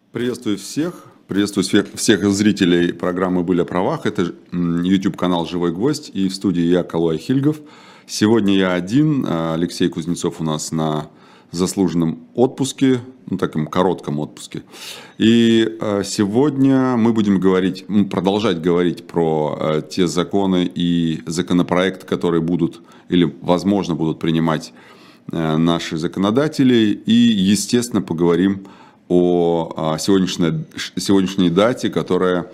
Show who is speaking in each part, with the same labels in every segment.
Speaker 1: Приветствую всех зрителей программы «Были о правах». Это YouTube-канал «Живой гвоздь» и в студии я, Калуай Хильгов. Сегодня я один, Алексей Кузнецов у нас на заслуженном отпуске, таком коротком отпуске. И сегодня мы будем продолжать говорить про те законы и законопроекты, которые будут или, возможно, будут принимать наши законодатели. И, естественно, поговорим о сегодняшней дате, которая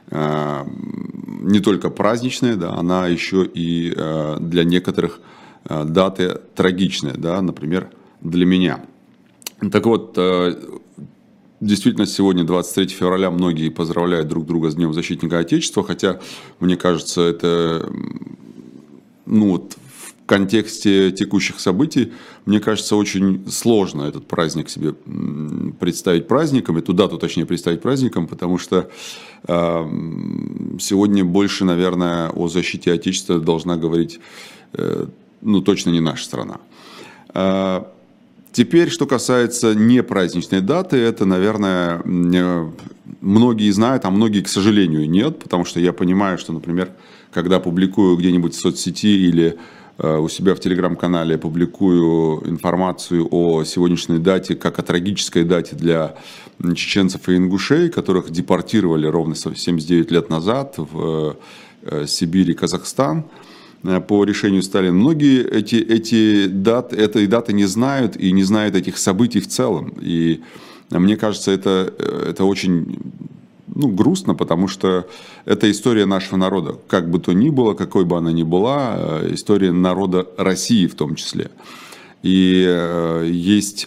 Speaker 1: не только праздничная, да, она еще и для некоторых даты трагичная, да, например, для меня. Так вот, действительно, сегодня 23 февраля, многие поздравляют друг друга с Днем Защитника Отечества, хотя, мне кажется, это, в контексте текущих событий, мне кажется, очень сложно этот праздник себе представить праздником, эту дату, точнее, представить праздником, потому что сегодня больше, наверное, о защите Отечества должна говорить, точно не наша страна. Теперь, что касается непраздничной даты, это, наверное, многие знают, а многие, к сожалению, нет, потому что я понимаю, что, например, когда публикую где-нибудь в соцсети или у себя в телеграм-канале публикую информацию о сегодняшней дате, как о трагической дате для чеченцев и ингушей, которых депортировали ровно 79 лет назад в Сибирь и Казахстан по решению Сталина. Многие этой даты не знают и не знают этих событий в целом. И мне кажется, это очень грустно, потому что это история нашего народа. Как бы то ни было, какой бы она ни была, история народа России в том числе. И есть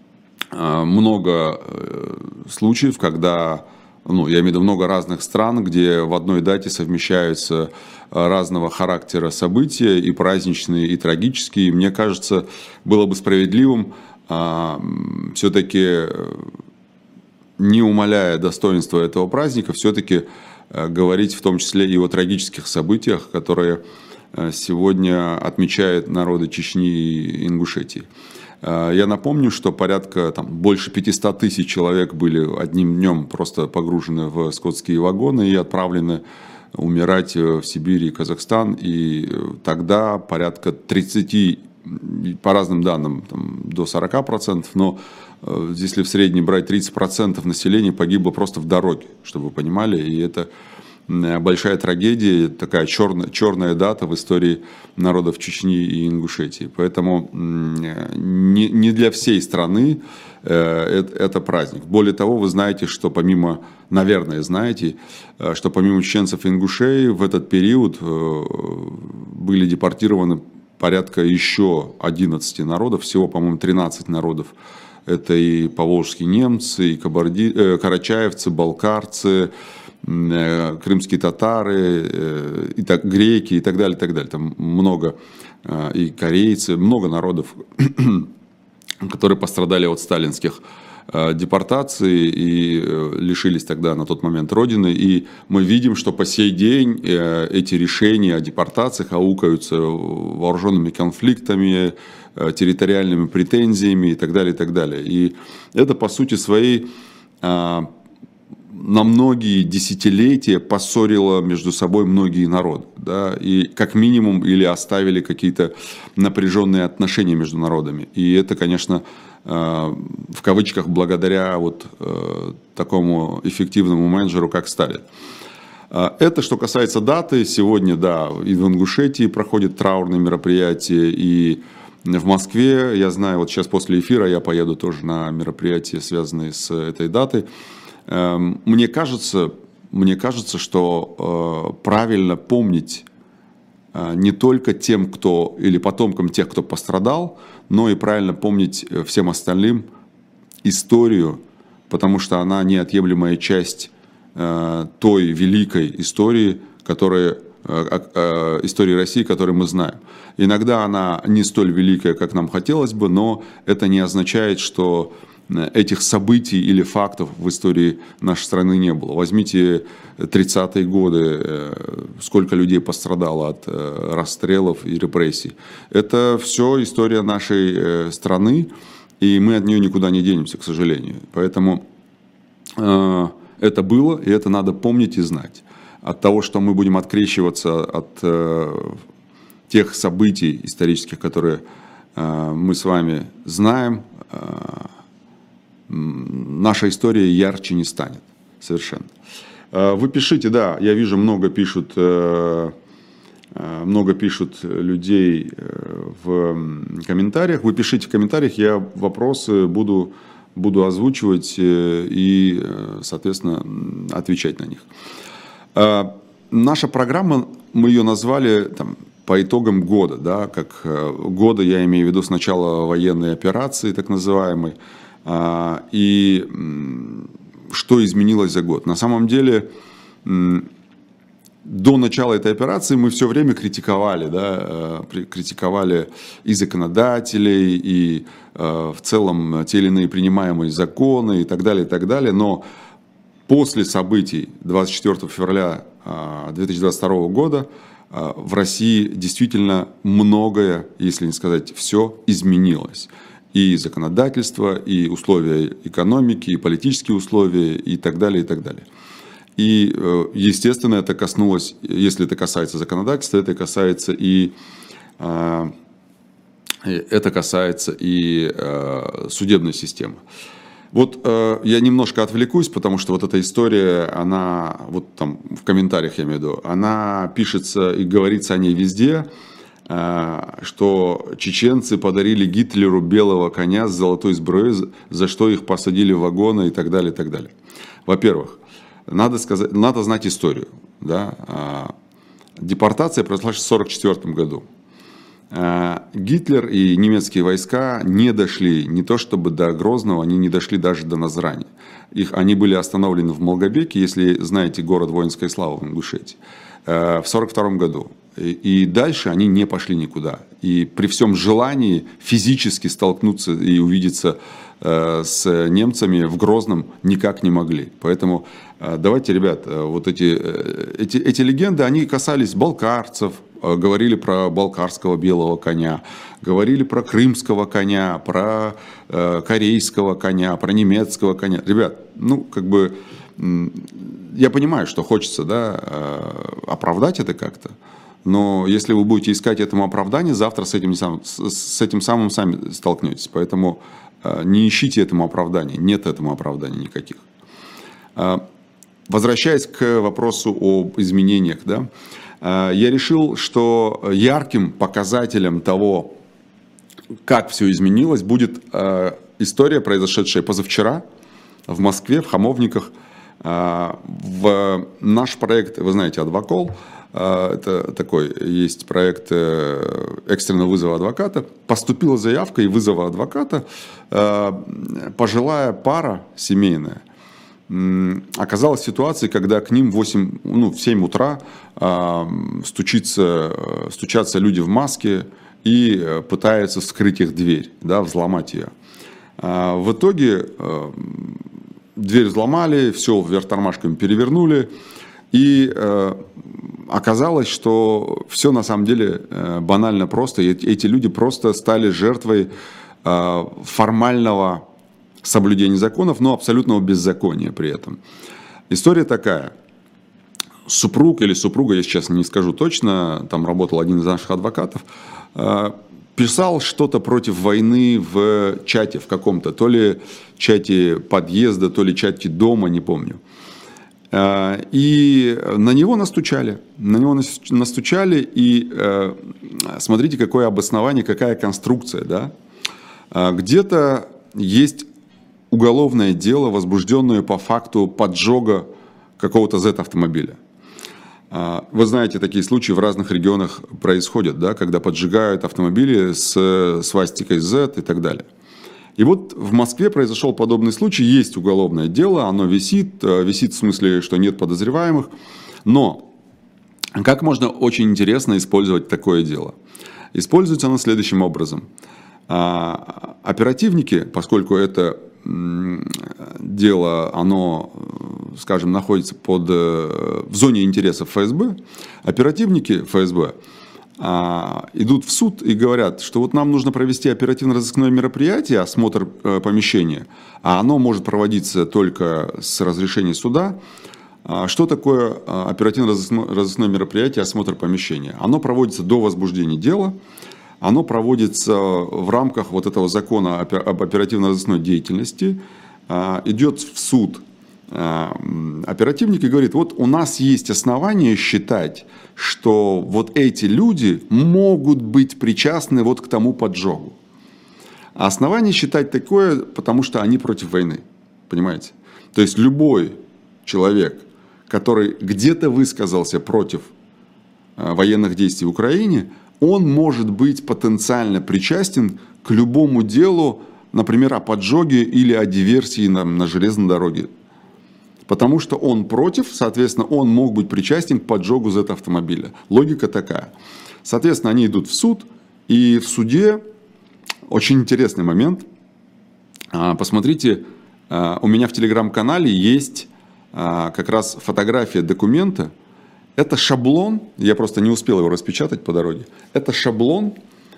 Speaker 1: много случаев, когда, я имею в виду много разных стран, где в одной дате совмещаются разного характера события, и праздничные, и трагические. И мне кажется, было бы справедливым все-таки, не умаляя достоинства этого праздника, все-таки говорить в том числе и о трагических событиях, которые сегодня отмечают народы Чечни и Ингушетии. Я напомню, что порядка больше 500 тысяч человек были одним днем просто погружены в скотские вагоны и отправлены умирать в Сибирь и Казахстан. И тогда порядка 30, по разным данным, до 40%, но если в среднем брать 30% населения погибло просто в дороге, чтобы вы понимали, и это большая трагедия, такая черная дата в истории народов Чечни и Ингушетии. Поэтому не для всей страны это праздник. Более того, вы знаете, что наверное, знаете, что помимо чеченцев и ингушей в этот период были депортированы порядка еще 11 народов, всего, по-моему, 13 народов. Это и поволжские немцы, и карачаевцы, балкарцы, крымские татары, греки и так далее, и так далее. Там много, и корейцы, много народов, которые пострадали от сталинских депортаций и лишились тогда на тот момент родины. И мы видим, что по сей день эти решения о депортациях аукаются вооруженными конфликтами, территориальными претензиями и так далее, и так далее. И это, по сути своей, на многие десятилетия поссорило между собой многие народы, да, и как минимум или оставили какие-то напряженные отношения между народами. И это, конечно, в кавычках благодаря такому эффективному менеджеру, как Сталин. Это что касается даты. Сегодня, да, и в Ингушетии проходят траурные мероприятия, и в Москве, я знаю, сейчас после эфира я поеду тоже на мероприятия, связанные с этой датой. Мне кажется, что правильно помнить не только тем, или потомкам тех, кто пострадал, но и правильно помнить всем остальным историю, потому что она неотъемлемая часть той великой истории, истории России, которую мы знаем. Иногда она не столь великая, как нам хотелось бы, но это не означает, что этих событий или фактов в истории нашей страны не было. Возьмите 30-е годы, сколько людей пострадало от расстрелов и репрессий. Это все история нашей страны, и мы от нее никуда не денемся, к сожалению. Поэтому это было, и это надо помнить и знать. От того, что мы будем открещиваться от тех событий исторических, которые мы с вами знаем, наша история ярче не станет. Совершенно. Вы пишите, да, я вижу, много пишут людей в комментариях. Вы пишите в комментариях, я вопросы буду озвучивать и, соответственно, отвечать на них. Наша программа, мы ее назвали там, по итогам года, да, как года, я имею в виду с начала военной операции, так называемой, и что изменилось за год. На самом деле, до начала этой операции мы все время критиковали, да, критиковали и законодателей, и в целом те или иные принимаемые законы и так далее, но после событий 24 февраля 2022 года в России действительно многое, если не сказать все, изменилось. И законодательство, и условия экономики, и политические условия, и так далее, и так далее. И, естественно, это коснулось, если это касается законодательства, это касается и судебной системы. Вот я немножко отвлекусь, потому что вот эта история, она, вот там в комментариях я имею в виду, она пишется и говорится о ней везде, что чеченцы подарили Гитлеру белого коня с золотой сброей, за что их посадили в вагоны и так далее, и так далее. Во-первых, надо знать историю. Да? Депортация произошла в 1944 году. Гитлер и немецкие войска не дошли, не то чтобы до Грозного, они не дошли даже до Назрани. Они были остановлены в Малгобеке, если знаете город воинской славы в Ингушетии, в 1942 году. И дальше они не пошли никуда. И при всем желании физически столкнуться и увидеться с немцами в Грозном никак не могли. Поэтому давайте, ребят, вот эти легенды, они касались балкарцев, говорили про балкарского белого коня, говорили про крымского коня, про корейского коня, про немецкого коня. Ребят, ну, как бы, я понимаю, что хочется, да, оправдать это как-то, но если вы будете искать этому оправдание, завтра с этим самым сами столкнетесь. Поэтому не ищите этому оправдания, нет этому оправдания никаких. Возвращаясь к вопросу об изменениях, да, я решил, что ярким показателем того, как все изменилось, будет история, произошедшая позавчера в Москве, в Хамовниках. В наш проект, вы знаете, «Адвокол», это такой есть проект экстренного вызова адвоката. Поступила заявка и вызова адвоката. Пожилая пара семейная оказалась в ситуации, когда к ним в 7 утра стучатся люди в маске и пытаются вскрыть их дверь, да, взломать ее. В итоге дверь взломали, все вверх тормашками перевернули, и оказалось, что все на самом деле банально просто. Эти люди просто стали жертвой формального соблюдения законов, но абсолютного беззакония при этом. История такая. Супруг или супруга, я сейчас не скажу точно, там работал один из наших адвокатов, писал что-то против войны в чате в каком-то, то ли чате подъезда, то ли чате дома, не помню. И на него настучали. И смотрите, какое обоснование, какая конструкция. Да? Где-то есть уголовное дело, возбужденное по факту поджога какого-то Z-автомобиля. Вы знаете, такие случаи в разных регионах происходят, да, когда поджигают автомобили с свастикой Z и так далее. И вот в Москве произошел подобный случай, есть уголовное дело, оно висит в смысле, что нет подозреваемых, но как можно очень интересно использовать такое дело? Используется оно следующим образом. Оперативники, поскольку это дело, оно, скажем, находится в зоне интересов ФСБ, оперативники ФСБ идут в суд и говорят, что вот нам нужно провести оперативно-розыскное мероприятие, осмотр помещения, а оно может проводиться только с разрешения суда. Что такое оперативно-розыскное мероприятие, осмотр помещения? Оно проводится до возбуждения дела, оно проводится в рамках вот этого закона об оперативно-розыскной деятельности, идет в суд оперативник и говорит, вот у нас есть основания считать, что вот эти люди могут быть причастны вот к тому поджогу. А основание считать такое, потому что они против войны, понимаете? То есть любой человек, который где-то высказался против военных действий в Украине, он может быть потенциально причастен к любому делу, например, о поджоге или о диверсии на железной дороге. Потому что он против, соответственно, он мог быть причастен к поджогу Z-автомобиля. Логика такая. Соответственно, они идут в суд, и в суде очень интересный момент. Посмотрите, у меня в телеграм-канале есть как раз фотография документа. Это шаблон, я просто не успел его распечатать по дороге. Это шаблон,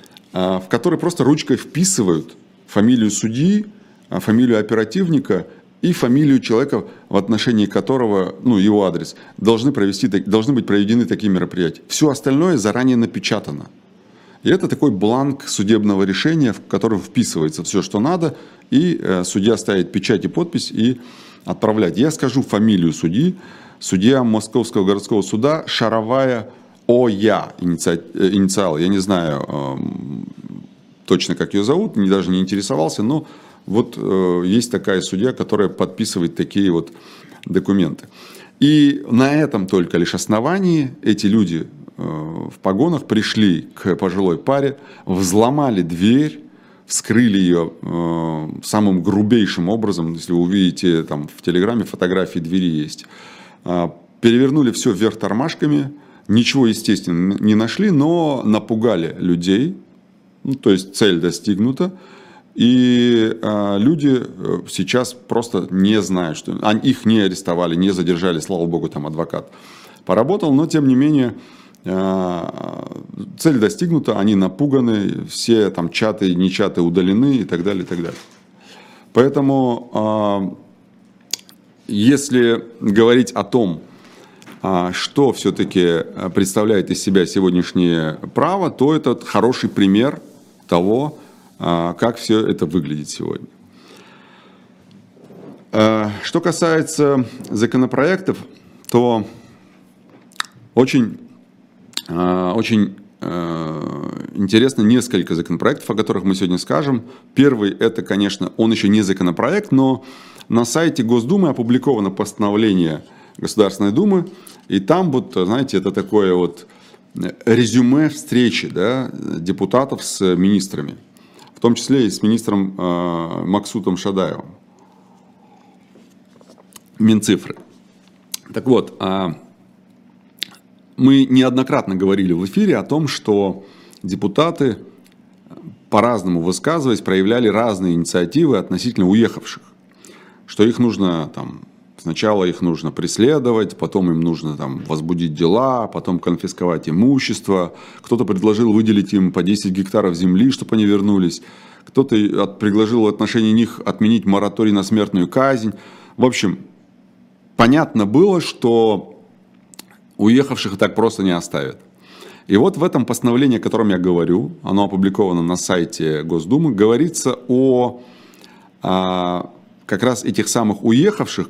Speaker 1: в который просто ручкой вписывают фамилию судьи, фамилию оперативника и фамилию человека, в отношении которого, ну, его адрес, должны быть проведены такие мероприятия. Все остальное заранее напечатано. И это такой бланк судебного решения, в который вписывается все, что надо, и судья ставит печать и подпись и отправляет. Я скажу фамилию судьи. Судья Московского городского суда Шаровая О.Я. Инициал. Я не знаю точно, как ее зовут, даже не интересовался, но вот есть такая судья, которая подписывает такие вот документы. И на этом только лишь основании эти люди в погонах пришли к пожилой паре, взломали дверь, вскрыли ее самым грубейшим образом. Если вы увидите там в Телеграме, фотографии двери есть. Перевернули все вверх тормашками, ничего, естественно, не нашли, но напугали людей, ну, то есть цель достигнута, и люди сейчас просто не знают, что их не арестовали, не задержали, слава богу, там адвокат поработал, но тем не менее цель достигнута, они напуганы, все там чаты, не чаты удалены и так далее, и так далее. Поэтому если говорить о том, что все-таки представляет из себя сегодняшнее право, то это хороший пример того, как все это выглядит сегодня. Что касается законопроектов, то очень интересно несколько законопроектов, о которых мы сегодня скажем. Первый, это, конечно, он еще не законопроект, но на сайте Госдумы опубликовано постановление Государственной Думы, и там, вот, знаете, это такое вот резюме встречи, да, депутатов с министрами, в том числе и с министром Максутом Шадаевым, Минцифры. Так вот, мы неоднократно говорили в эфире о том, что депутаты, по-разному высказываясь, проявляли разные инициативы относительно уехавших. Что их нужно там, сначала их нужно преследовать, потом им нужно там возбудить дела, потом конфисковать имущество. Кто-то предложил выделить им по 10 гектаров земли, чтобы они вернулись. Кто-то предложил в отношении них отменить мораторий на смертную казнь. В общем, понятно было, что уехавших так просто не оставят. И вот в этом постановлении, о котором я говорю, оно опубликовано на сайте Госдумы, говорится о как раз этих самых уехавших,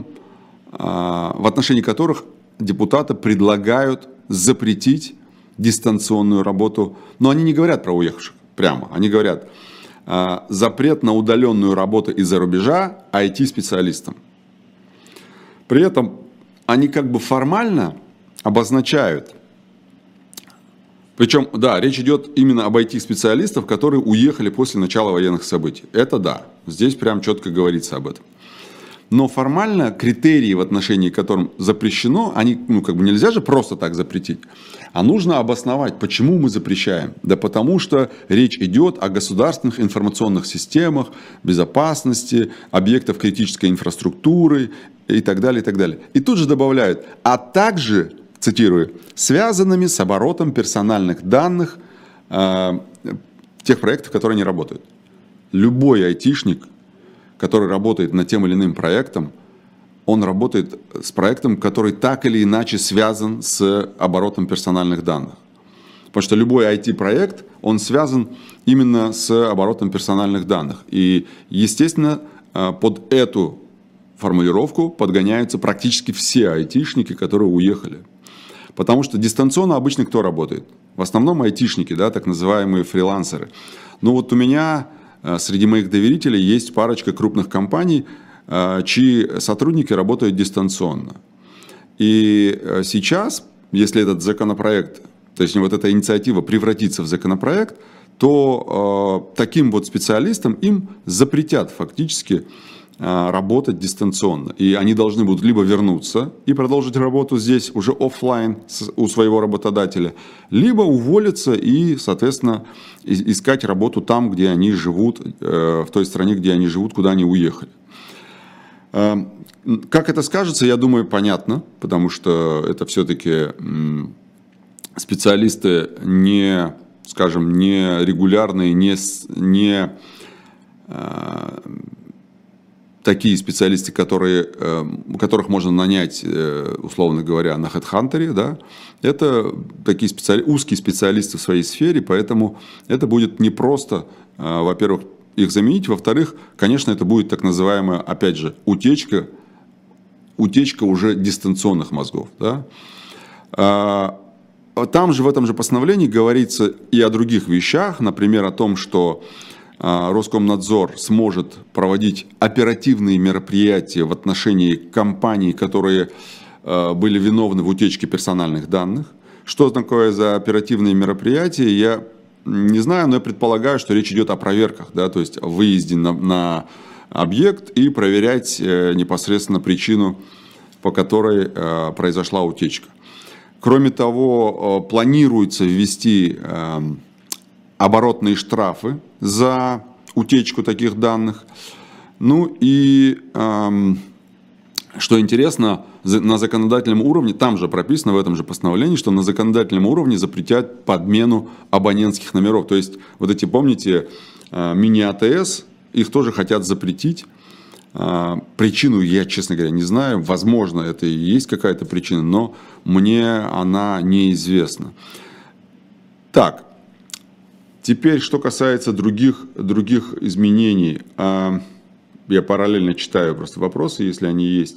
Speaker 1: в отношении которых депутаты предлагают запретить дистанционную работу. Но они не говорят про уехавших прямо. Они говорят запрет на удаленную работу из-за рубежа IT-специалистам. При этом они как бы формально обозначают, причем, да, речь идет именно об IT-специалистах, которые уехали после начала военных событий. Это да, здесь прям четко говорится об этом. Но формально критерии, в отношении которым запрещено, они, ну, как бы нельзя же просто так запретить, а нужно обосновать, почему мы запрещаем. Да потому что речь идет о государственных информационных системах, безопасности, объектов критической инфраструктуры и так далее, и так далее. И тут же добавляют, а также цитирую, связанными с оборотом персональных данных тех проектов, которые не работают. Любой айтишник, который работает над тем или иным проектом, он работает с проектом, который так или иначе связан с оборотом персональных данных. Потому что любой IT-проект, он связан именно с оборотом персональных данных. И, естественно, под эту формулировку подгоняются практически все айтишники, которые уехали. Потому что дистанционно обычно кто работает? В основном айтишники, да, так называемые фрилансеры. Но вот у меня среди моих доверителей есть парочка крупных компаний, чьи сотрудники работают дистанционно. И сейчас, если этот законопроект, то есть вот эта инициатива превратится в законопроект, то таким вот специалистам им запретят фактически работать дистанционно. И они должны будут либо вернуться и продолжить работу здесь уже офлайн у своего работодателя, либо уволиться и, соответственно, искать работу там, где они живут, в той стране, где они живут, куда они уехали. Как это скажется, я думаю, понятно, потому что это все-таки специалисты не, скажем, не регулярные, не такие специалисты, которых можно нанять, условно говоря, на HeadHunter, да, это такие узкие специалисты в своей сфере, поэтому это будет непросто, во-первых, их заменить, во-вторых, конечно, это будет так называемая, опять же, утечка уже дистанционных мозгов. Да. Там же, в этом же постановлении говорится и о других вещах, например, о том, что Роскомнадзор сможет проводить оперативные мероприятия в отношении компаний, которые были виновны в утечке персональных данных. Что такое за оперативные мероприятия, я не знаю, но я предполагаю, что речь идет о проверках, да, то есть о выезде на объект и проверять непосредственно причину, по которой произошла утечка. Кроме того, планируется ввести оборотные штрафы за утечку таких данных. Ну и, что интересно, на законодательном уровне, там же прописано в этом же постановлении, что на законодательном уровне запретят подмену абонентских номеров. То есть, вот эти, помните, мини-АТС, их тоже хотят запретить. Причину я, честно говоря, не знаю. Возможно, это и есть какая-то причина, но мне она неизвестна. Так. Теперь, что касается других изменений, я параллельно читаю просто вопросы, если они есть.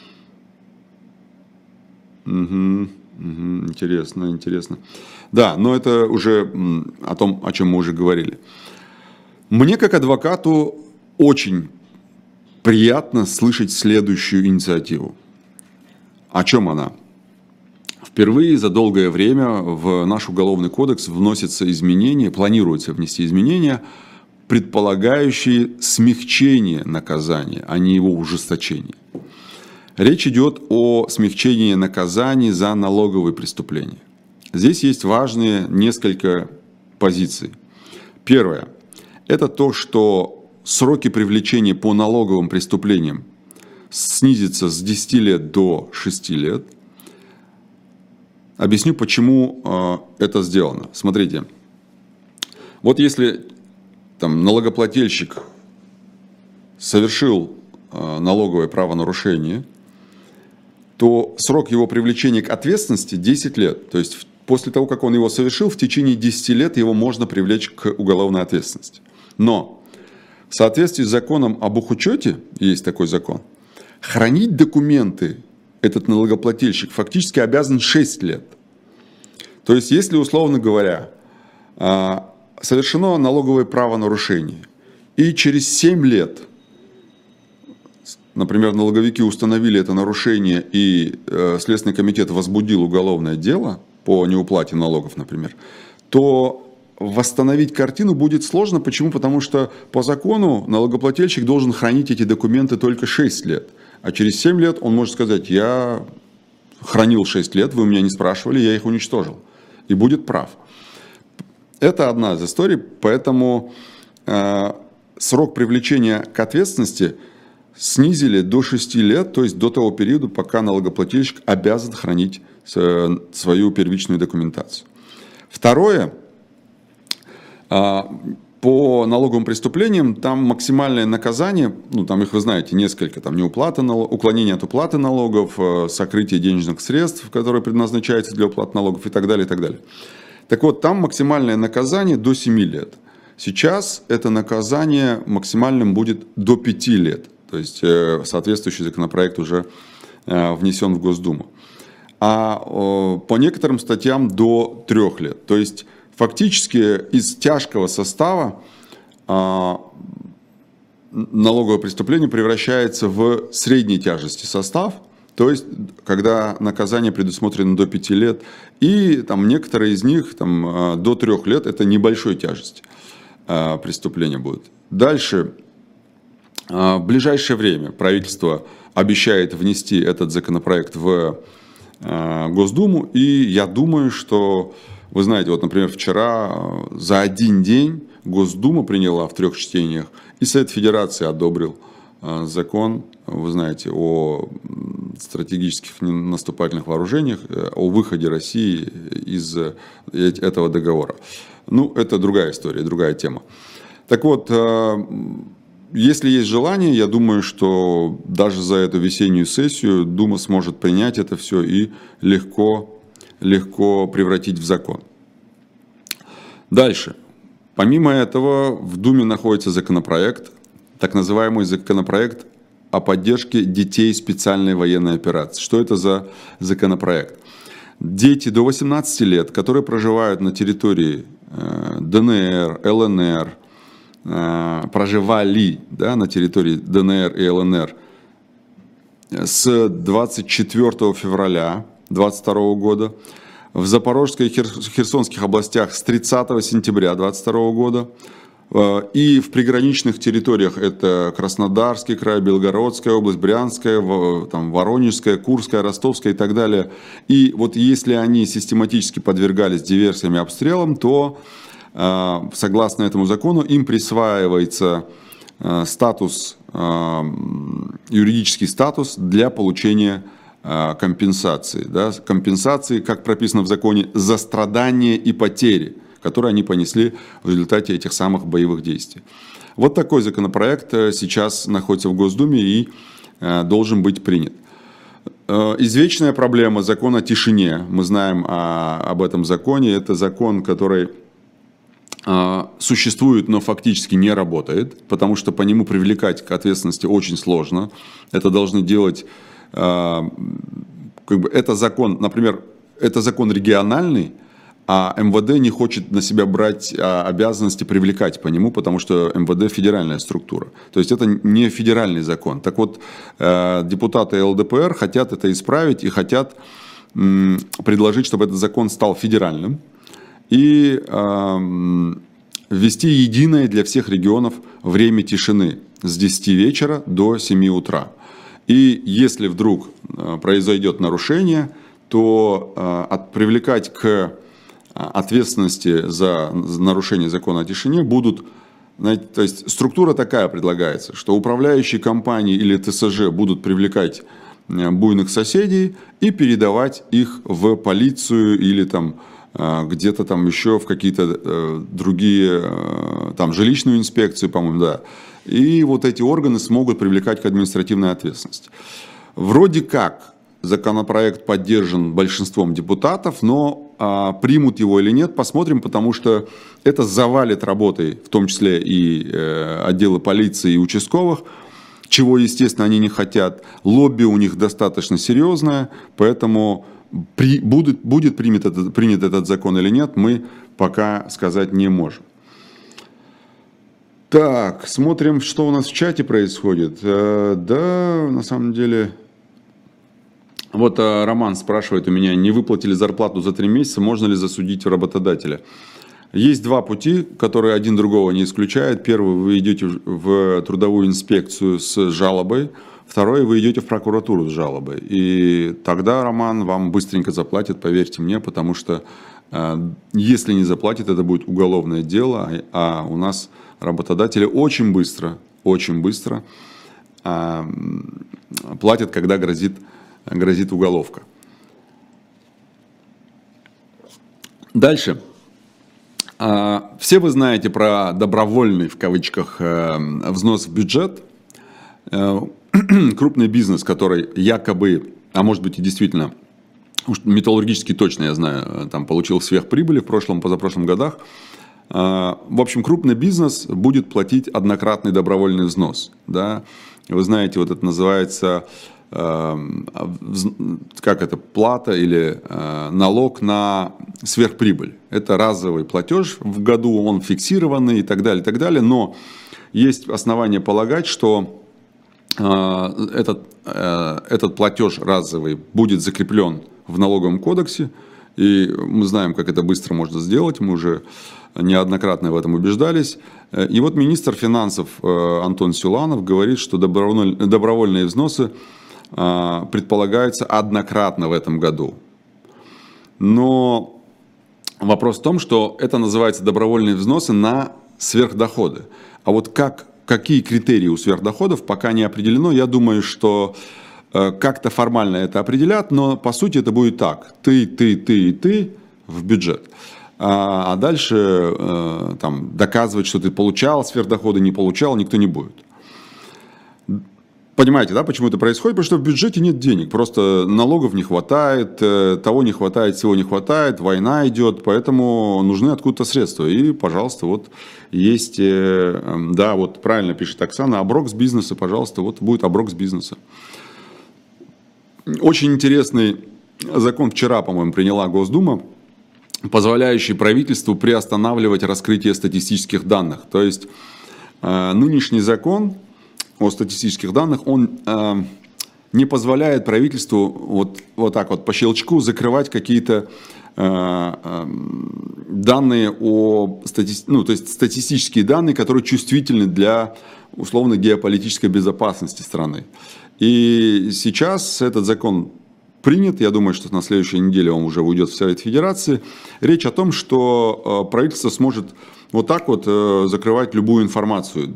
Speaker 1: Интересно. Да, но это уже о том, о чем мы уже говорили. Мне, как адвокату, очень приятно слышать следующую инициативу. О чем она? Впервые за долгое время в наш уголовный кодекс вносятся изменения, планируется внести изменения, предполагающие смягчение наказания, а не его ужесточение. Речь идет о смягчении наказаний за налоговые преступления. Здесь есть важные несколько позиций. Первое – это то, что сроки привлечения по налоговым преступлениям снизятся с 10 лет до 6 лет. Объясню, почему это сделано. Смотрите, вот если там налогоплательщик совершил налоговое правонарушение, то срок его привлечения к ответственности 10 лет. То есть после того, как он его совершил, в течение 10 лет его можно привлечь к уголовной ответственности. Но в соответствии с законом об бухучете, есть такой закон, хранить документы этот налогоплательщик фактически обязан 6 лет. То есть, если, условно говоря, совершено налоговое правонарушение, и через 7 лет, например, налоговики установили это нарушение, и Следственный комитет возбудил уголовное дело по неуплате налогов, например, то восстановить картину будет сложно. Почему? Потому что по закону налогоплательщик должен хранить эти документы только 6 лет. А через 7 лет он может сказать: я хранил 6 лет, вы у меня не спрашивали, я их уничтожил. И будет прав. Это одна из историй, поэтому срок привлечения к ответственности снизили до 6 лет, то есть до того периода, пока налогоплательщик обязан хранить свою первичную документацию. Второе, по налоговым преступлениям там максимальное наказание, ну там их вы знаете несколько, там уклонение от уплаты налогов, сокрытие денежных средств, которые предназначаются для уплаты налогов и так далее, и так далее. Так вот, там максимальное наказание до 7 лет. Сейчас это наказание максимальным будет до 5 лет. То есть соответствующий законопроект уже внесен в Госдуму. А по некоторым статьям до 3 лет. То есть фактически из тяжкого состава налоговое преступление превращается в средней тяжести состав. То есть, когда наказание предусмотрено до 5 лет, и там, некоторые из них там, до 3 лет, это небольшой тяжести преступления будет. Дальше, в ближайшее время правительство обещает внести этот законопроект в Госдуму, и я думаю, что, вы знаете, вот, например, вчера за один день Госдума приняла в 3 чтениях, и Совет Федерации одобрил закон, вы знаете, о стратегических наступательных вооружениях, о выходе России из этого договора. Ну, это другая история, другая тема. Так вот, если есть желание, я думаю, что даже за эту весеннюю сессию Дума сможет принять это все и легко превратить в закон. Дальше. Помимо этого, в Думе находится законопроект, так называемый законопроект о поддержке детей специальной военной операции. Что это за законопроект? Дети до 18 лет, которые проживают на территории ДНР, ЛНР, проживали на территории ДНР и ЛНР с 24 февраля 2022 года, в Запорожской и Херсонских областях с 30 сентября 2022 года, и в приграничных территориях это Краснодарский край, Белгородская область, Брянская, там, Воронежская, Курская, Ростовская и так далее. И вот если они систематически подвергались диверсиям и обстрелам, то согласно этому закону им присваивается статус, юридический статус для получения компенсации. Да? Компенсации, как прописано в законе, за страдания и потери, которые они понесли в результате этих самых боевых действий. Вот такой законопроект сейчас находится в Госдуме и должен быть принят. Извечная проблема закона о тишине. Мы знаем об этом законе. Это закон, который существует, но фактически не работает, потому что по нему привлекать к ответственности очень сложно. Это должны делать, это закон, например, это закон региональный, а МВД не хочет на себя брать обязанности привлекать по нему, потому что МВД федеральная структура. То есть это не федеральный закон. Так вот, депутаты ЛДПР хотят это исправить и хотят предложить, чтобы этот закон стал федеральным и ввести единое для всех регионов время тишины с 10 вечера до 7 утра. И если вдруг произойдет нарушение, то привлекать к ответственности за нарушение закона о тишине будут, знаете, то есть структура такая предлагается, что управляющие компании или ТСЖ будут привлекать буйных соседей и передавать их в полицию или там где-то там еще в какие-то другие, там жилищную инспекцию, по-моему, да. И вот эти органы смогут привлекать к административной ответственности. Вроде как законопроект поддержан большинством депутатов, но примут его или нет, посмотрим, потому что это завалит работой, в том числе и отделы полиции и участковых, чего, естественно, они не хотят. Лобби у них достаточно серьезное, поэтому будет принят этот закон или нет, мы пока сказать не можем. Так, смотрим, что у нас в чате происходит. Да, на самом деле... Вот Роман спрашивает у меня, не выплатили зарплату за 3 месяца, можно ли засудить работодателя? Есть 2 пути, которые один другого не исключают. Первый, вы идете в трудовую инспекцию с жалобой. Второй, вы идете в прокуратуру с жалобой. И тогда, Роман, вам быстренько заплатят, поверьте мне, потому что если не заплатят, это будет уголовное дело, а у нас работодатели очень быстро платят, когда грозит уголовка. Дальше. Все вы знаете про добровольный, в кавычках, взнос в бюджет. Крупный бизнес, который якобы, а может быть и действительно, металлургически точно, я знаю, там получил сверхприбыли в прошлом, позапрошлом годах. В общем, крупный бизнес будет платить однократный добровольный взнос. Да? Вы знаете, вот это называется, как это, плата или налог на сверхприбыль. Это разовый платеж в году, он фиксированный и так далее. Но есть основания полагать, что этот платеж разовый будет закреплен в налоговом кодексе. И мы знаем, как это быстро можно сделать, мы уже неоднократно в этом убеждались. И вот министр финансов Антон Силуанов говорит, что добровольные взносы предполагаются однократно в этом году. Но вопрос в том, что это называется добровольные взносы на сверхдоходы. А вот какие критерии у сверхдоходов, пока не определено. Я думаю, что как-то формально это определят, но по сути это будет так. Ты и ты в бюджет. А дальше там, доказывать, что ты получал сверхдоходы, не получал, никто не будет. Понимаете, да, почему это происходит? Потому что в бюджете нет денег, просто налогов не хватает, того не хватает, всего не хватает, война идет, поэтому нужны откуда-то средства. И, пожалуйста, вот есть, да, вот правильно пишет Оксана, оброк с бизнеса, пожалуйста, вот будет оброк с бизнеса. Очень интересный закон вчера, по-моему, приняла Госдума, позволяющий правительству приостанавливать раскрытие статистических данных. То есть нынешний закон о статистических данных, он не позволяет правительству вот так вот по щелчку закрывать какие-то данные то есть статистические данные, которые чувствительны для условно геополитической безопасности страны. И сейчас этот закон принят, я думаю, что на следующей неделе он уже уйдет в Совет Федерации. Речь о том, что правительство сможет вот так вот закрывать любую информацию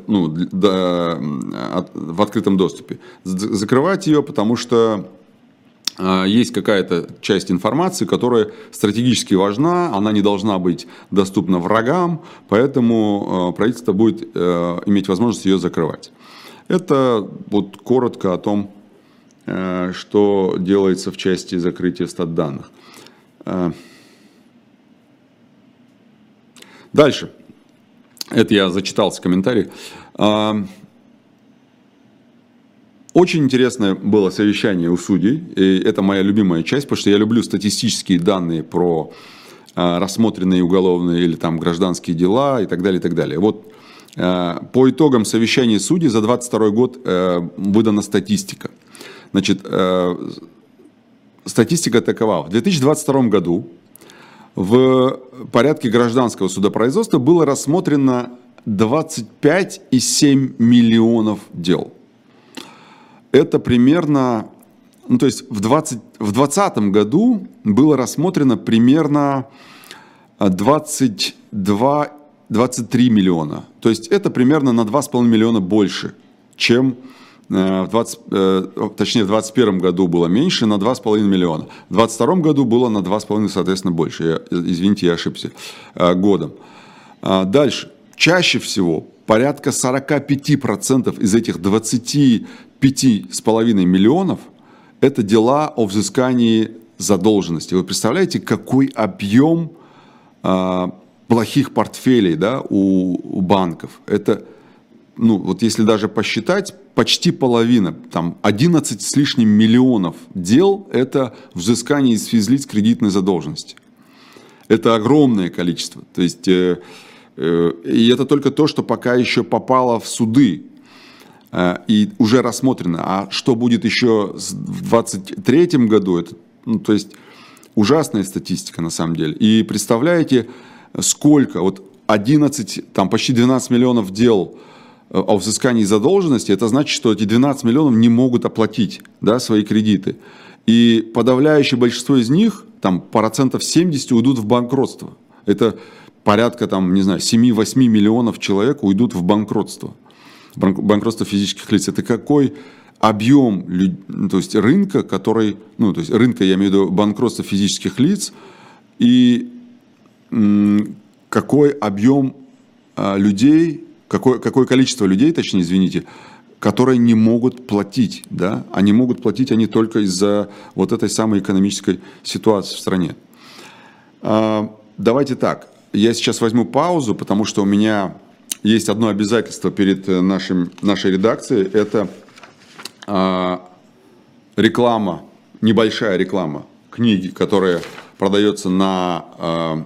Speaker 1: в открытом доступе. Закрывать ее, потому что есть какая-то часть информации, которая стратегически важна, она не должна быть доступна врагам, поэтому правительство будет иметь возможность ее закрывать. Это вот коротко о том, что делается в части закрытия статданных. Дальше. Это я зачитал с комментариев. Очень интересное было совещание у судей. И это моя любимая часть, потому что я люблю статистические данные про рассмотренные уголовные или там гражданские дела и так далее, и так далее. Вот по итогам совещания судей за 2022 год выдана статистика. Значит, статистика такова. В 2022 году в порядке гражданского судопроизводства было рассмотрено 25,7 миллионов дел. Это примерно, то есть в 2020 году было рассмотрено примерно 23 миллиона. То есть это примерно на 2,5 миллиона больше, чем в 2021 году было меньше, на 2,5 миллиона. В 2022 году было на 2,5, соответственно, больше. Извините, я ошибся годом. Дальше. Чаще всего порядка 45% из этих 25,5 миллионов это дела о взыскании задолженности. Вы представляете, какой объем плохих портфелей, да, у банков? Это, вот если даже посчитать, почти половина, там 11 с лишним миллионов дел – это взыскание из физлиц кредитной задолженности. Это огромное количество. То есть, и это только то, что пока еще попало в суды и уже рассмотрено. А что будет еще в 2023 году, это, то есть ужасная статистика на самом деле. И представляете, сколько, вот 11, там почти 12 миллионов дел о взыскании задолженности, это значит, что эти 12 миллионов не могут оплатить, да, свои кредиты. И подавляющее большинство из них, там процентов 70 уйдут в банкротство. Это порядка, там, не знаю, 7-8 миллионов человек уйдут в банкротство. банкротство физических лиц, это какой объем, то есть рынка, который, ну, то есть рынка, я имею в виду банкротство физических лиц, и какой объем людей, какое количество людей, точнее, извините, которые не могут платить, да, они могут платить они только из-за вот этой самой экономической ситуации в стране. Давайте так, я сейчас возьму паузу, потому что у меня есть одно обязательство перед нашей редакцией, это реклама, небольшая реклама книги, которая продается в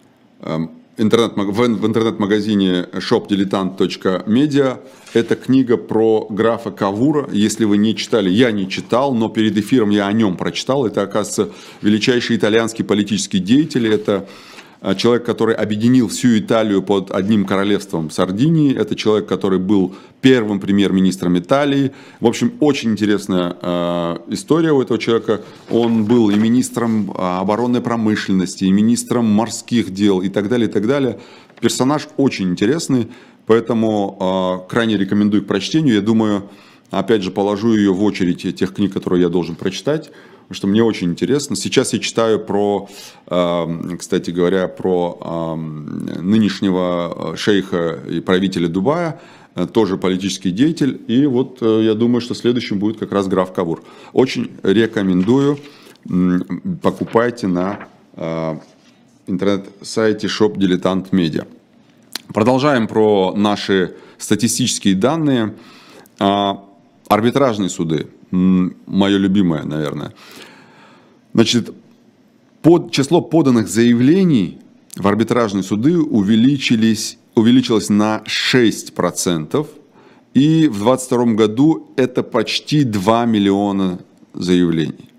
Speaker 1: интернет-магазине shopdilettant.media. Это книга про графа Кавура. Если вы не читали, я не читал, но перед эфиром я о нем прочитал. Это, оказывается, величайший итальянский политический деятель. Это человек, который объединил всю Италию под одним королевством Сардинии. Это человек, который был первым премьер-министром Италии. В общем, очень интересная история у этого человека. Он был и министром оборонной промышленности, и министром морских дел, и так далее, и так далее. Персонаж очень интересный, поэтому крайне рекомендую к прочтению. Я думаю, опять же, положу ее в очередь тех книг, которые я должен прочитать, потому что мне очень интересно. Сейчас я читаю кстати говоря, про нынешнего шейха и правителя Дубая, тоже политический деятель. И вот я думаю, что следующим будет как раз граф Кавур. Очень рекомендую, покупайте на интернет-сайте shopdilettant.media. Продолжаем про наши статистические данные. Арбитражные суды, мое любимое, наверное. Значит, число поданных заявлений в арбитражные суды увеличилось на 6%, и в 2022 году это почти 2 миллиона заявлений.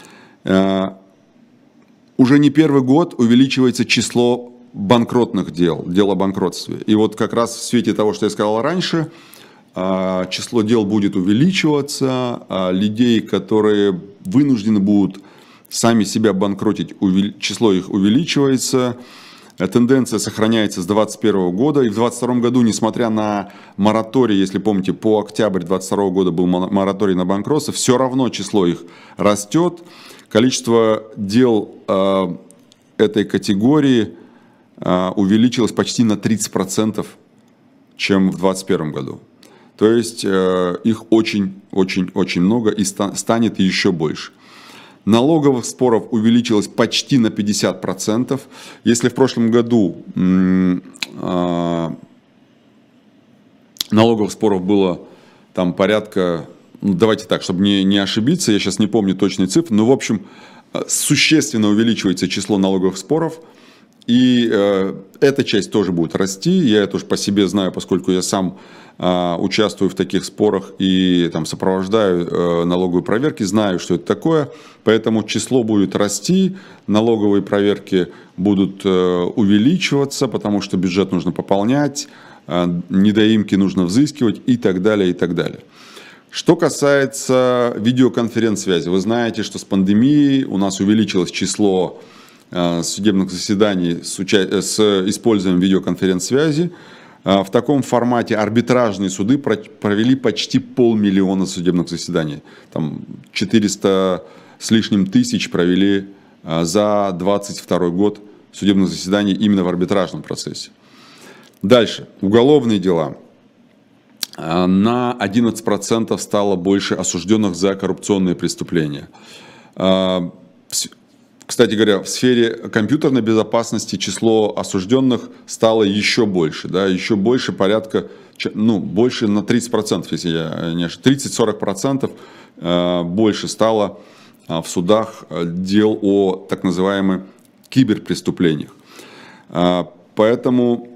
Speaker 1: Уже не первый год увеличивается число банкротных дел о банкротстве. И вот как раз в свете того, что я сказал раньше, число дел будет увеличиваться, людей, которые вынуждены будут сами себя банкротить, число их увеличивается. Тенденция сохраняется с 2021 года. И в 2022 году, несмотря на мораторий, если помните, по октябрь 2022 года был мораторий на банкротство, все равно число их растет. Количество дел этой категории увеличилось почти на 30%, чем в 2021 году. То есть их очень-очень-очень много и станет еще больше. Налоговых споров увеличилось почти на 50%. Если в прошлом году налоговых споров было там порядка, давайте так, чтобы не ошибиться, я сейчас не помню точные цифры, но в общем существенно увеличивается число налоговых споров. И эта часть тоже будет расти. Я это уж по себе знаю, поскольку я сам участвую в таких спорах и там сопровождаю налоговые проверки, знаю, что это такое. Поэтому число будет расти, налоговые проверки будут увеличиваться, потому что бюджет нужно пополнять, недоимки нужно взыскивать и так далее, и так далее. Что касается видеоконференц-связи, вы знаете, что с пандемией у нас увеличилось число судебных заседаний с использованием видеоконференц-связи. В таком формате арбитражные суды провели почти 500 000 судебных заседаний. Там 400 с лишним тысяч провели за 2022 год судебных заседаний именно в арбитражном процессе. Дальше. Уголовные дела. На 11% стало больше осужденных за коррупционные преступления. Кстати говоря, в сфере компьютерной безопасности число осужденных стало еще больше. Да, еще больше, порядка, больше на 30%, если я не ошибаюсь, 30-40% больше стало в судах дел о так называемых киберпреступлениях. Поэтому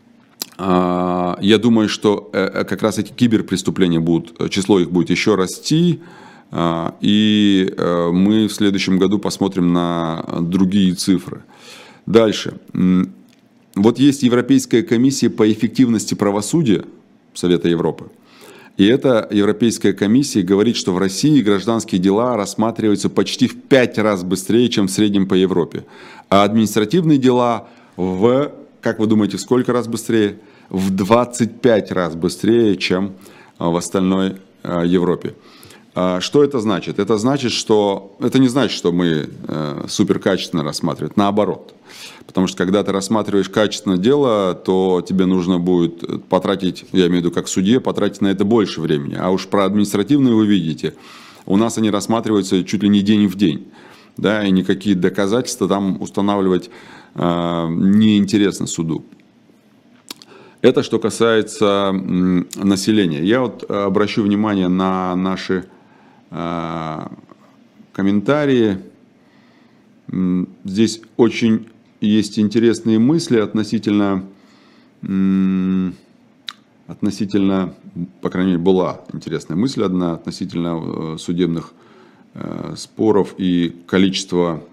Speaker 1: я думаю, что как раз эти киберпреступления число их будет еще расти. И мы в следующем году посмотрим на другие цифры. Дальше. Вот есть Европейская комиссия по эффективности правосудия Совета Европы. И эта Европейская комиссия говорит, что в России гражданские дела рассматриваются почти в 5 раз быстрее, чем в среднем по Европе. А административные дела как вы думаете, в сколько раз быстрее? в 25 раз быстрее, чем в остальной Европе. Что это значит? Это не значит, что мы супер качественно рассматриваем, наоборот. Потому что когда ты рассматриваешь качественное дело, то тебе нужно будет потратить, я имею в виду как судье, потратить на это больше времени. А уж про административные вы видите, у нас они рассматриваются чуть ли не день в день. Да, и никакие доказательства там устанавливать неинтересно суду. Это что касается населения. Я вот обращу внимание на наши комментарии. Здесь очень есть интересные мысли относительно, по крайней мере, была интересная мысль одна относительно судебных споров и количества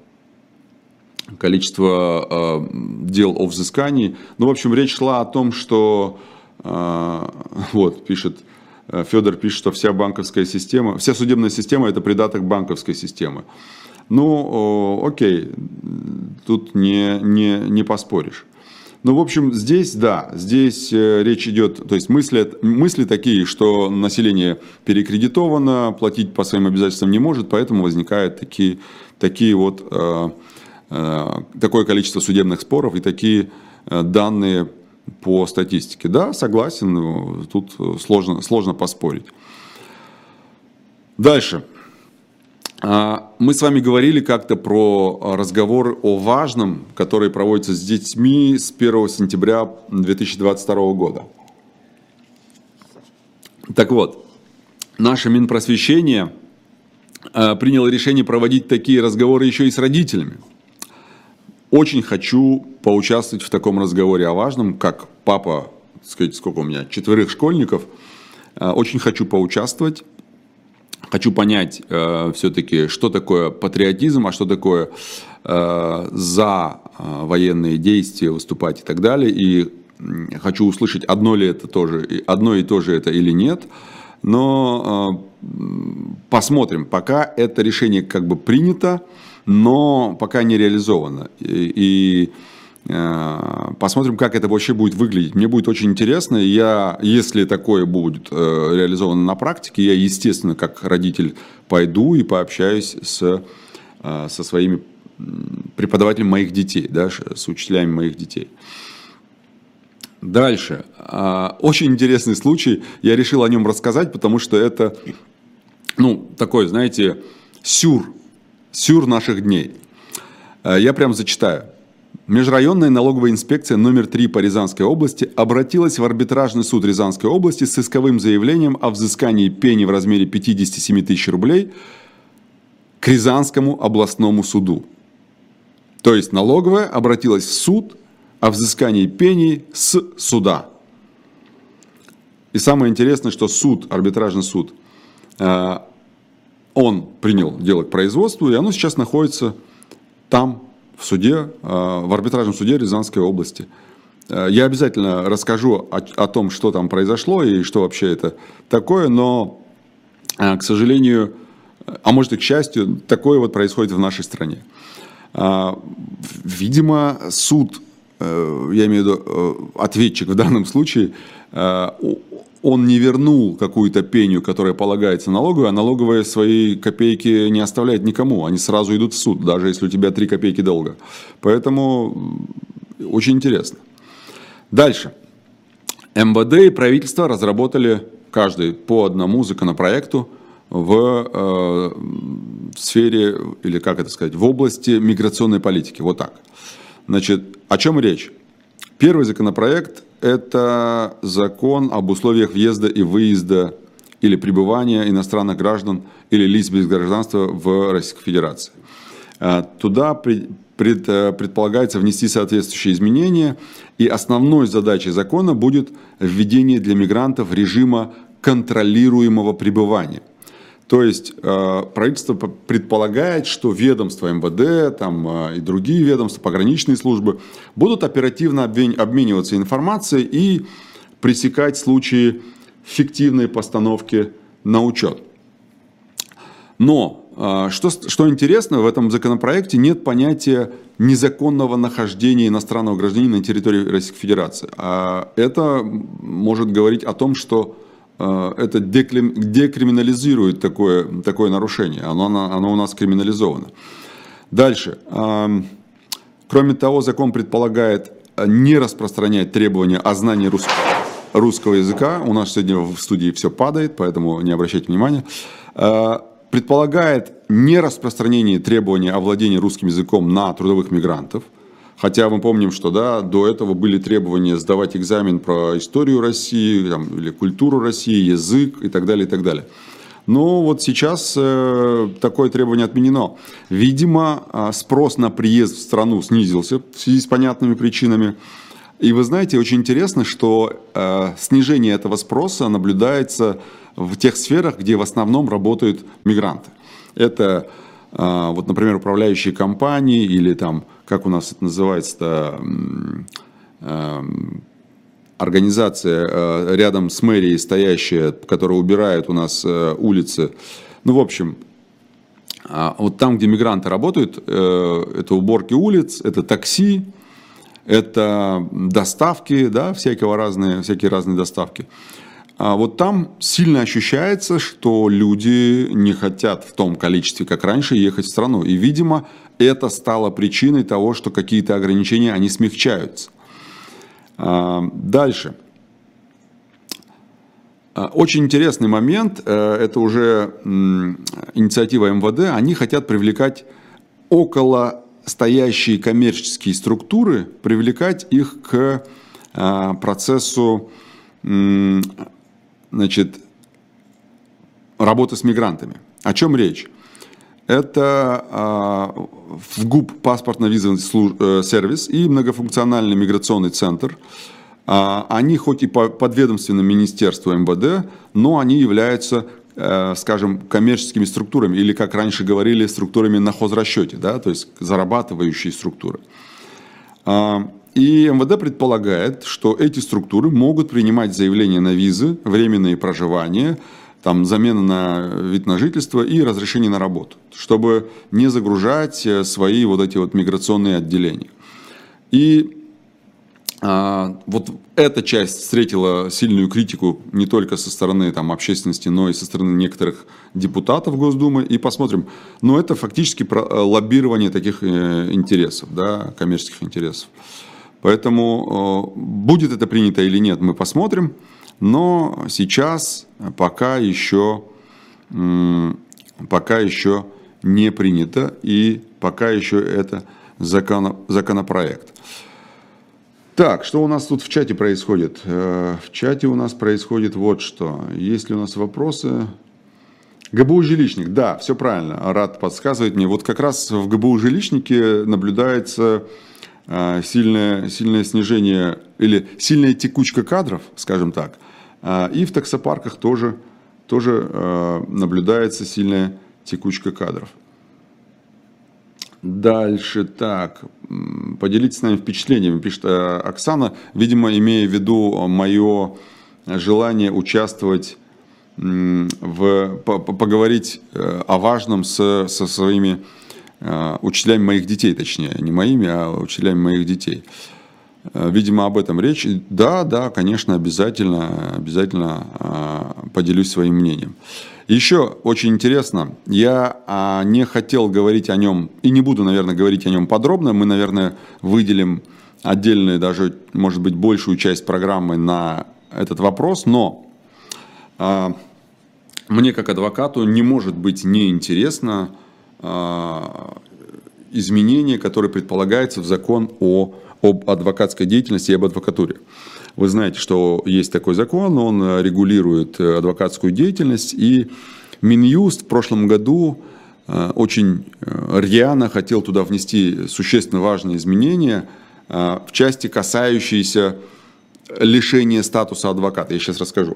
Speaker 1: дел о взыскании. Ну, в общем, речь шла о том, что вот Федор пишет, что вся банковская система, вся судебная система – это придаток банковской системы. Ну, окей, тут не поспоришь. Ну, в общем, здесь речь идет, то есть мысли такие, что население перекредитовано, платить по своим обязательствам не может, поэтому возникают такое количество судебных споров и такие данные по статистике. Да, согласен, тут сложно поспорить. Дальше. Мы с вами говорили как-то про разговоры о важном, который проводится с детьми с 1 сентября 2022 года. Так вот, наше Минпросвещение приняло решение проводить такие разговоры еще и с родителями. Очень хочу поучаствовать в таком разговоре о важном, как папа, так сказать, сколько у меня, 4 школьников. Очень хочу поучаствовать. Хочу понять все-таки, что такое патриотизм, а что такое за военные действия выступать и так далее. И хочу услышать, одно и то же это или нет. Но посмотрим, пока это решение как бы принято, но пока не реализовано. И посмотрим, как это вообще будет выглядеть. Мне будет очень интересно. Если такое будет реализовано на практике, я, естественно, как родитель пойду и пообщаюсь со своими преподавателями моих детей, да, с учителями моих детей. Дальше. Очень интересный случай. Я решил о нем рассказать, потому что это, такой, знаете, сюр наших дней. Я прям зачитаю. Межрайонная налоговая инспекция номер 3 по Рязанской области обратилась в арбитражный суд Рязанской области с исковым заявлением о взыскании пени в размере 57 тысяч рублей к Рязанскому областному суду. То есть налоговая обратилась в суд о взыскании пени с суда. И самое интересное, что арбитражный суд, он принял дело к производству, и оно сейчас находится там, в суде, в арбитражном суде Рязанской области. Я обязательно расскажу о том, что там произошло и что вообще это такое, но, к сожалению, а может и к счастью, такое вот происходит в нашей стране. Видимо, суд, я имею в виду ответчик в данном случае, он не вернул какую-то пеню, которая полагается налоговой, а налоговая свои копейки не оставляет никому. Они сразу идут в суд, даже если у тебя 3 копейки долга. Поэтому очень интересно. Дальше. МВД и правительство разработали каждый по одному законопроекту в сфере, или как это сказать, в области миграционной политики. Вот так. Значит, о чем речь? Первый законопроект – это закон об условиях въезда и выезда или пребывания иностранных граждан или лиц без гражданства в Российской Федерации. Туда предполагается внести соответствующие изменения, и основной задачей закона будет введение для мигрантов режима контролируемого пребывания. То есть правительство предполагает, что ведомства МВД и другие ведомства, пограничные службы будут оперативно обмениваться информацией и пресекать случаи фиктивной постановки на учет. Но что интересно, в этом законопроекте нет понятия незаконного нахождения иностранного гражданина на территории Российской Федерации. А это может говорить о том, что это декриминализирует такое нарушение. Оно у нас криминализовано. Дальше. Кроме того, закон предполагает не распространять требования о знании русского языка. У нас сегодня в студии все падает, поэтому не обращайте внимания. Предполагает нераспространение требований о владении русским языком на трудовых мигрантов. Хотя мы помним, что до этого были требования сдавать экзамен про историю России, или культуру России, язык и так далее, и так далее. Но вот сейчас такое требование отменено. Видимо, спрос на приезд в страну снизился в связи с понятными причинами. И вы знаете, очень интересно, что снижение этого спроса наблюдается в тех сферах, где в основном работают мигранты. Это, вот, например, управляющие компании или там, как у нас это называется, организация рядом с мэрией стоящая, которая убирает у нас улицы. Ну, в общем, вот там, где мигранты работают, это уборки улиц, это такси, это доставки, да, всякие разные доставки. А вот там сильно ощущается, что люди не хотят в том количестве, как раньше, ехать в страну. И, видимо, это стало причиной того, что какие-то ограничения, они смягчаются. Дальше. Очень интересный момент, это уже инициатива МВД, они хотят привлекать около стоящие коммерческие структуры, привлекать их к процессу, значит, работы с мигрантами. О чем речь? Это ВГУП, паспортно-визовый сервис и многофункциональный миграционный центр. Они хоть и подведомственны Министерству МВД, но они являются, скажем, коммерческими структурами, или, как раньше говорили, структурами на хозрасчете, да, то есть зарабатывающие структуры. И МВД предполагает, что эти структуры могут принимать заявления на визы, временные проживания, там, замена на вид на жительство и разрешение на работу, чтобы не загружать свои вот эти вот миграционные отделения. И вот эта часть встретила сильную критику не только со стороны там, общественности, но и со стороны некоторых депутатов Госдумы. И посмотрим. Но это фактически лоббирование таких интересов, да, коммерческих интересов. Поэтому будет это принято или нет, мы посмотрим. Но сейчас пока еще не принято, и пока еще это законопроект. Так, что у нас тут в чате происходит? В чате у нас происходит вот что. Есть ли у нас вопросы? ГБУ «Жилищник». Да, все правильно. Рад подсказывать мне. Вот как раз в ГБУ «Жилищнике» наблюдается сильное снижение или сильная текучка кадров, скажем так. И в таксопарках тоже наблюдается сильная текучка кадров. Дальше, так, поделитесь с нами впечатлениями, пишет Оксана, видимо, имея в виду мое желание участвовать, поговорить о важном со своими учителями моих детей, точнее, не моими, а учителями моих детей. Видимо, об этом речь. Да, конечно, обязательно поделюсь своим мнением. Еще очень интересно, я не хотел говорить о нем, и не буду, наверное, говорить о нем подробно. Мы, наверное, выделим отдельную, даже, может быть, большую часть программы на этот вопрос. Но мне, как адвокату, не может быть неинтересно изменение, которое предполагается в закон об адвокатской деятельности и об адвокатуре. Вы знаете, что есть такой закон, он регулирует адвокатскую деятельность, и Минюст в прошлом году очень рьяно хотел туда внести существенно важные изменения в части, касающиеся лишения статуса адвоката. Я сейчас расскажу.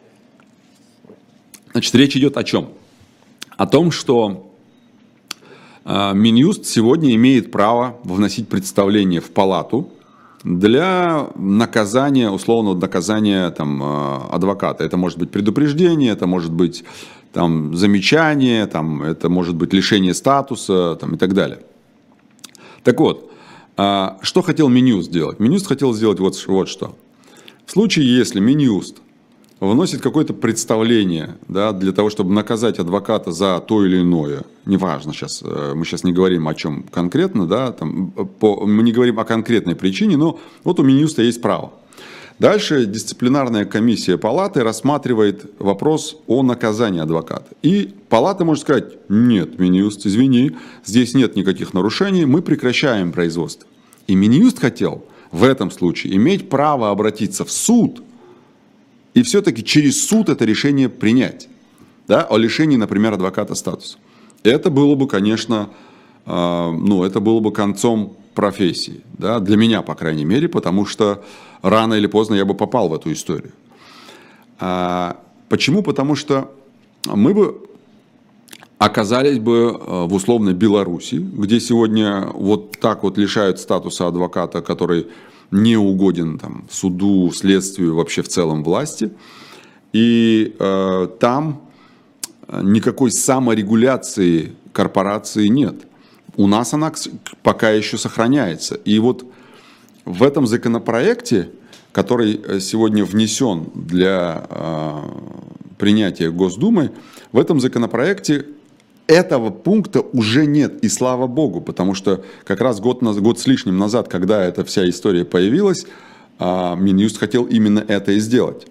Speaker 1: Значит, речь идет о чем? О том, что Минюст сегодня имеет право вносить представление в палату для наказания, условного наказания там, адвоката. Это может быть предупреждение, это может быть там, замечание, там, это может быть лишение статуса там, и так далее. Так вот, что хотел Минюст сделать? Минюст хотел сделать вот что. В случае, если Минюст вносит какое-то представление, да, для того, чтобы наказать адвоката за то или иное, неважно, мы сейчас не говорим о чем конкретно, да, там, мы не говорим о конкретной причине, но вот у Минюста есть право. Дальше дисциплинарная комиссия палаты рассматривает вопрос о наказании адвоката. И палата может сказать: нет, Минюст, извини, здесь нет никаких нарушений, мы прекращаем производство. И Минюст хотел в этом случае иметь право обратиться в суд и все-таки через суд это решение принять, да, о лишении, например, адвоката статуса. Это было бы, конечно, это было бы концом профессии, да, для меня, по крайней мере, потому что рано или поздно я бы попал в эту историю. Почему? Потому что мы бы оказались бы в условной Беларуси, где сегодня вот так вот лишают статуса адвоката, который не угоден там, суду, следствию, вообще в целом власти. И там никакой саморегуляции корпорации нет. У нас она пока еще сохраняется. И вот в этом законопроекте, который сегодня внесен для принятия Госдумой, в этом законопроекте этого пункта уже нет, и слава богу, потому что как раз год с лишним назад, когда эта вся история появилась, Минюст хотел именно это и сделать.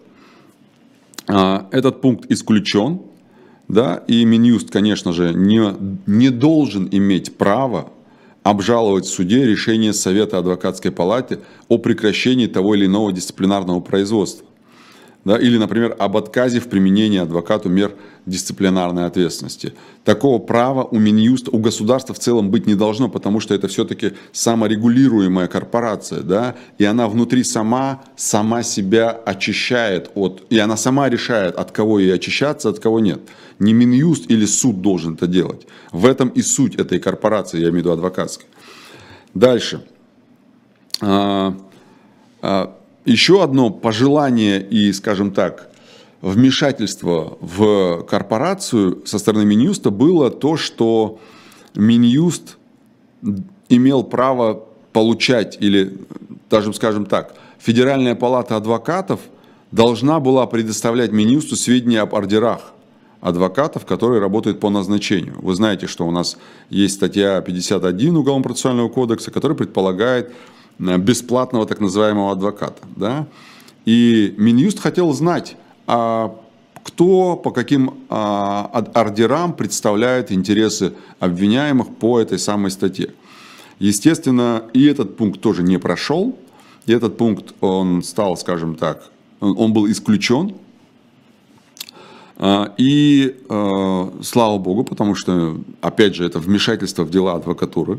Speaker 1: Этот пункт исключен, да, и Минюст, конечно же, не должен иметь права обжаловать в суде решение Совета адвокатской палаты о прекращении того или иного дисциплинарного производства. Да, или, например, об отказе в применении адвокату мер дисциплинарной ответственности. Такого права у Минюста, у государства в целом быть не должно, потому что это все-таки саморегулируемая корпорация, да, и она внутри сама себя очищает и она сама решает, от кого ей очищаться, от кого нет. Не Минюст или суд должен это делать. В этом и суть этой корпорации, я имею в виду адвокатской. Дальше. Еще одно пожелание и, скажем так, вмешательство в корпорацию со стороны Минюста было то, что Минюст имел право получать, или даже, скажем так, Федеральная палата адвокатов должна была предоставлять Минюсту сведения об ордерах адвокатов, которые работают по назначению. Вы знаете, что у нас есть статья 51 Уголовно-процессуального кодекса, которая предполагает бесплатного так называемого адвоката. Да? И Минюст хотел знать, кто по каким ордерам представляет интересы обвиняемых по этой самой статье. Естественно, и этот пункт тоже не прошел. И этот пункт, он стал, скажем так, он был исключен. И слава богу, потому что, опять же, это вмешательство в дела адвокатуры.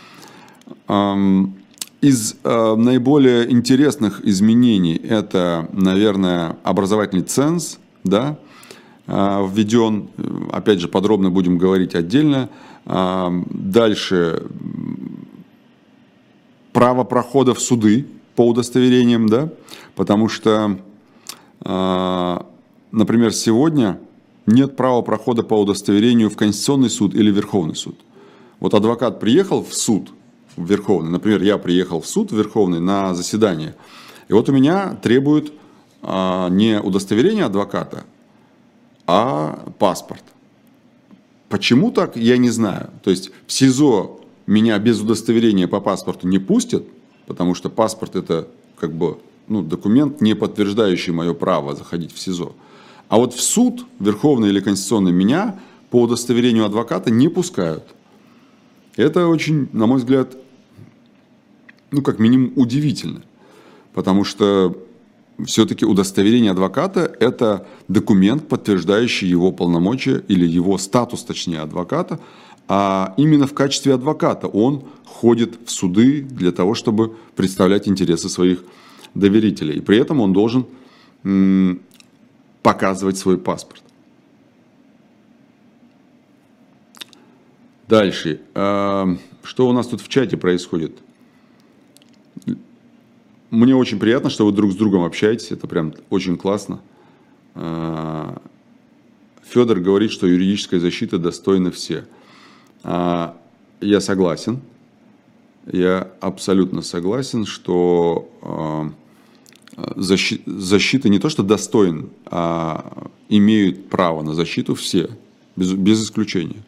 Speaker 1: Из наиболее интересных изменений это, наверное, образовательный ценз, да, введен. Опять же, подробно будем говорить отдельно. Дальше право прохода в суды по удостоверениям, да, потому что, например, сегодня нет права прохода по удостоверению в Конституционный суд или Верховный суд. Вот адвокат приехал в суд, в Верховный, например, я приехал в суд в Верховный на заседание, и вот у меня требуют не удостоверение адвоката, а паспорт. Почему так, я не знаю. То есть в СИЗО меня без удостоверения по паспорту не пустят, потому что паспорт это как бы документ, не подтверждающий мое право заходить в СИЗО. А вот в суд, Верховный или Конституционный, меня по удостоверению адвоката не пускают. Это очень, на мой взгляд, как минимум удивительно. Потому что все-таки удостоверение адвоката – это документ, подтверждающий его полномочия или его статус, точнее, адвоката. А именно в качестве адвоката он ходит в суды для того, чтобы представлять интересы своих доверителей. И при этом он должен показывать свой паспорт. Дальше. Что у нас тут в чате происходит? Мне очень приятно, что вы друг с другом общаетесь. Это прям очень классно. Федор говорит, что юридической защиты достойны все. Я согласен. Я абсолютно согласен, что защита не то, что достоин, а имеют право на защиту все, без исключения.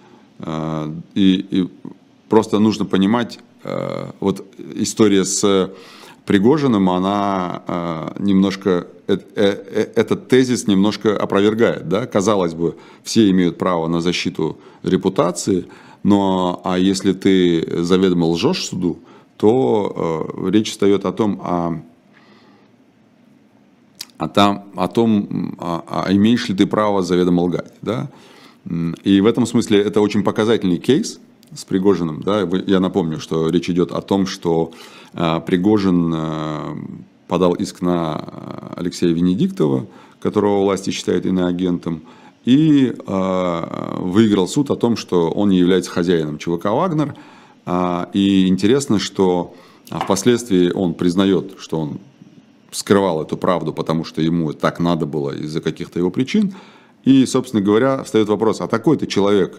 Speaker 1: И просто нужно понимать, вот история с Пригожиным, она немножко, этот тезис немножко опровергает. Да? Казалось бы, все имеют право на защиту репутации, но если ты заведомо лжешь суду, то речь встает о том, имеешь ли ты право заведомо лгать. Да? И в этом смысле это очень показательный кейс с Пригожиным. Да? Я напомню, что речь идет о том, что Пригожин подал иск на Алексея Венедиктова, которого власти считают иноагентом, и выиграл суд о том, что он не является хозяином ЧВК «Вагнер». И интересно, что впоследствии он признает, что он скрывал эту правду, потому что ему так надо было из-за каких-то его причин. И, собственно говоря, встает вопрос, а такой-то человек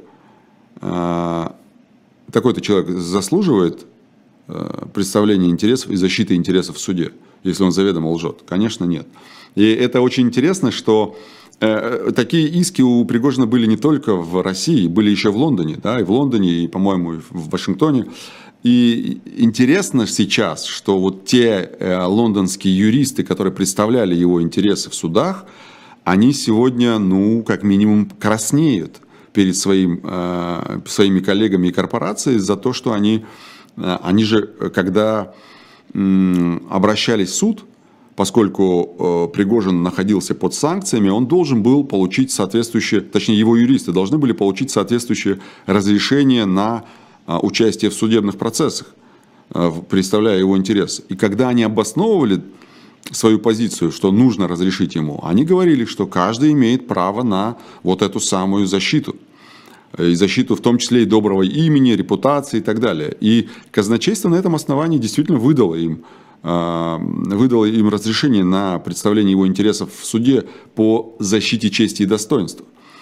Speaker 1: заслуживает представления интересов и защиты интересов в суде, если он заведомо лжет? Конечно, нет. И это очень интересно, что такие иски у Пригожина были не только в России, были еще в Лондоне, да, и в Лондоне, и, по-моему, и в Вашингтоне. И интересно сейчас, что вот те лондонские юристы, которые представляли его интересы в судах, они сегодня, как минимум, краснеют перед своими коллегами и корпорацией за то, что они же, когда обращались в суд, поскольку Пригожин находился под санкциями, он должен был получить соответствующее, точнее его юристы должны были получить соответствующее разрешение на участие в судебных процессах, представляя его интересы. И когда они обосновывали свою позицию, что нужно разрешить ему, они говорили, что каждый имеет право на вот эту самую защиту. И защиту в том числе и доброго имени, репутации и так далее. И казначейство на этом основании действительно выдало им разрешение на представление его интересов в суде по защите чести и достоинства.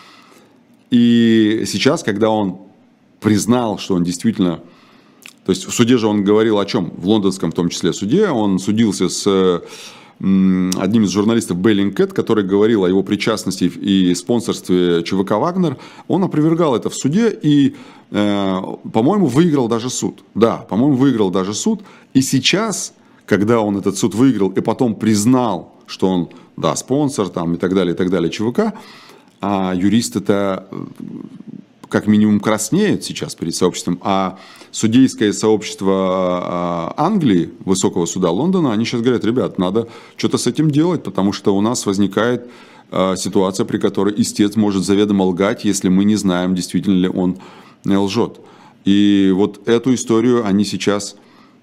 Speaker 1: И сейчас, когда он признал, что он действительно... То есть в суде же он говорил о чем? В лондонском в том числе суде. Он судился с одним из журналистов Bellingcat, который говорил о его причастности и спонсорстве ЧВК «Вагнер». Он опровергал это в суде и, по-моему, выиграл даже суд. Да, по-моему, выиграл даже суд. И сейчас, когда он этот суд выиграл и потом признал, что он, да, спонсор там, и так далее ЧВК, юристы-то как минимум краснеют сейчас перед сообществом, а судейское сообщество Англии, Высокого суда Лондона, они сейчас говорят, ребят, надо что-то с этим делать, потому что у нас возникает ситуация, при которой истец может заведомо лгать, если мы не знаем, действительно ли он лжет. И вот эту историю они сейчас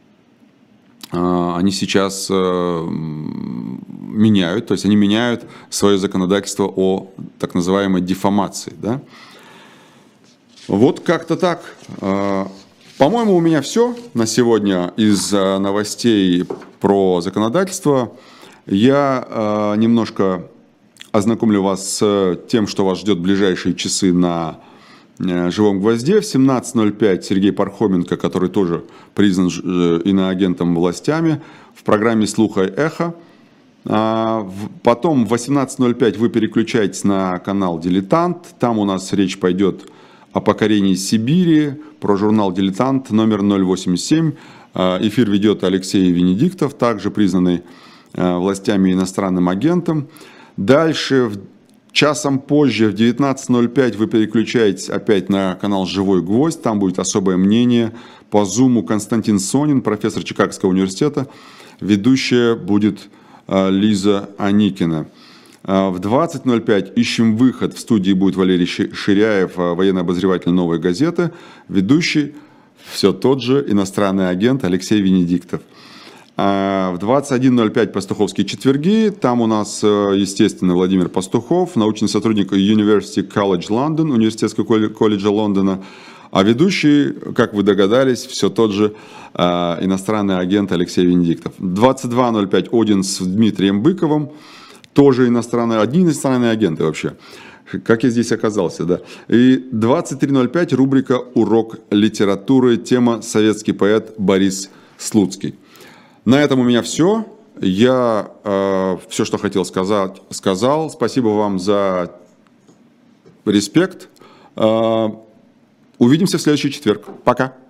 Speaker 1: меняют, то есть они меняют свое законодательство о так называемой дефамации, да? Вот как-то так. По-моему, у меня все на сегодня из новостей про законодательство. Я немножко ознакомлю вас с тем, что вас ждет в ближайшие часы на «Живом гвозде». В 17:05 Сергей Пархоменко, который тоже признан иноагентом властями, в программе «Слуха и эхо». Потом в 18:05 вы переключаетесь на канал «Дилетант». Там у нас речь пойдет о покорении Сибири, про журнал «Дилетант» номер 087. Эфир ведет Алексей Венедиктов, также признанный властями иностранным агентом. Дальше, часом позже, в 19:05 вы переключаетесь опять на канал «Живой гвоздь». Там будет особое мнение по зуму Константин Сонин, профессор Чикагского университета. Ведущая будет Лиза Аникина. В 20:05 ищем выход. В студии будет Валерий Ширяев, военный обозреватель «Новой газеты». Ведущий все тот же иностранный агент Алексей Венедиктов. В 21:05 «Пастуховские четверги». Там у нас, естественно, Владимир Пастухов, научный сотрудник University College London, университетского колледжа Лондона. А ведущий, как вы догадались, все тот же иностранный агент Алексей Венедиктов. 22:05 «Один» с Дмитрием Быковым. тоже одни иностранные агенты вообще. Как я здесь оказался, да. И 23:05 рубрика «Урок литературы», тема «Советский поэт Борис Слуцкий». На этом у меня все. Я все, что хотел сказать, сказал. Спасибо вам за респект. Увидимся в следующий четверг. Пока.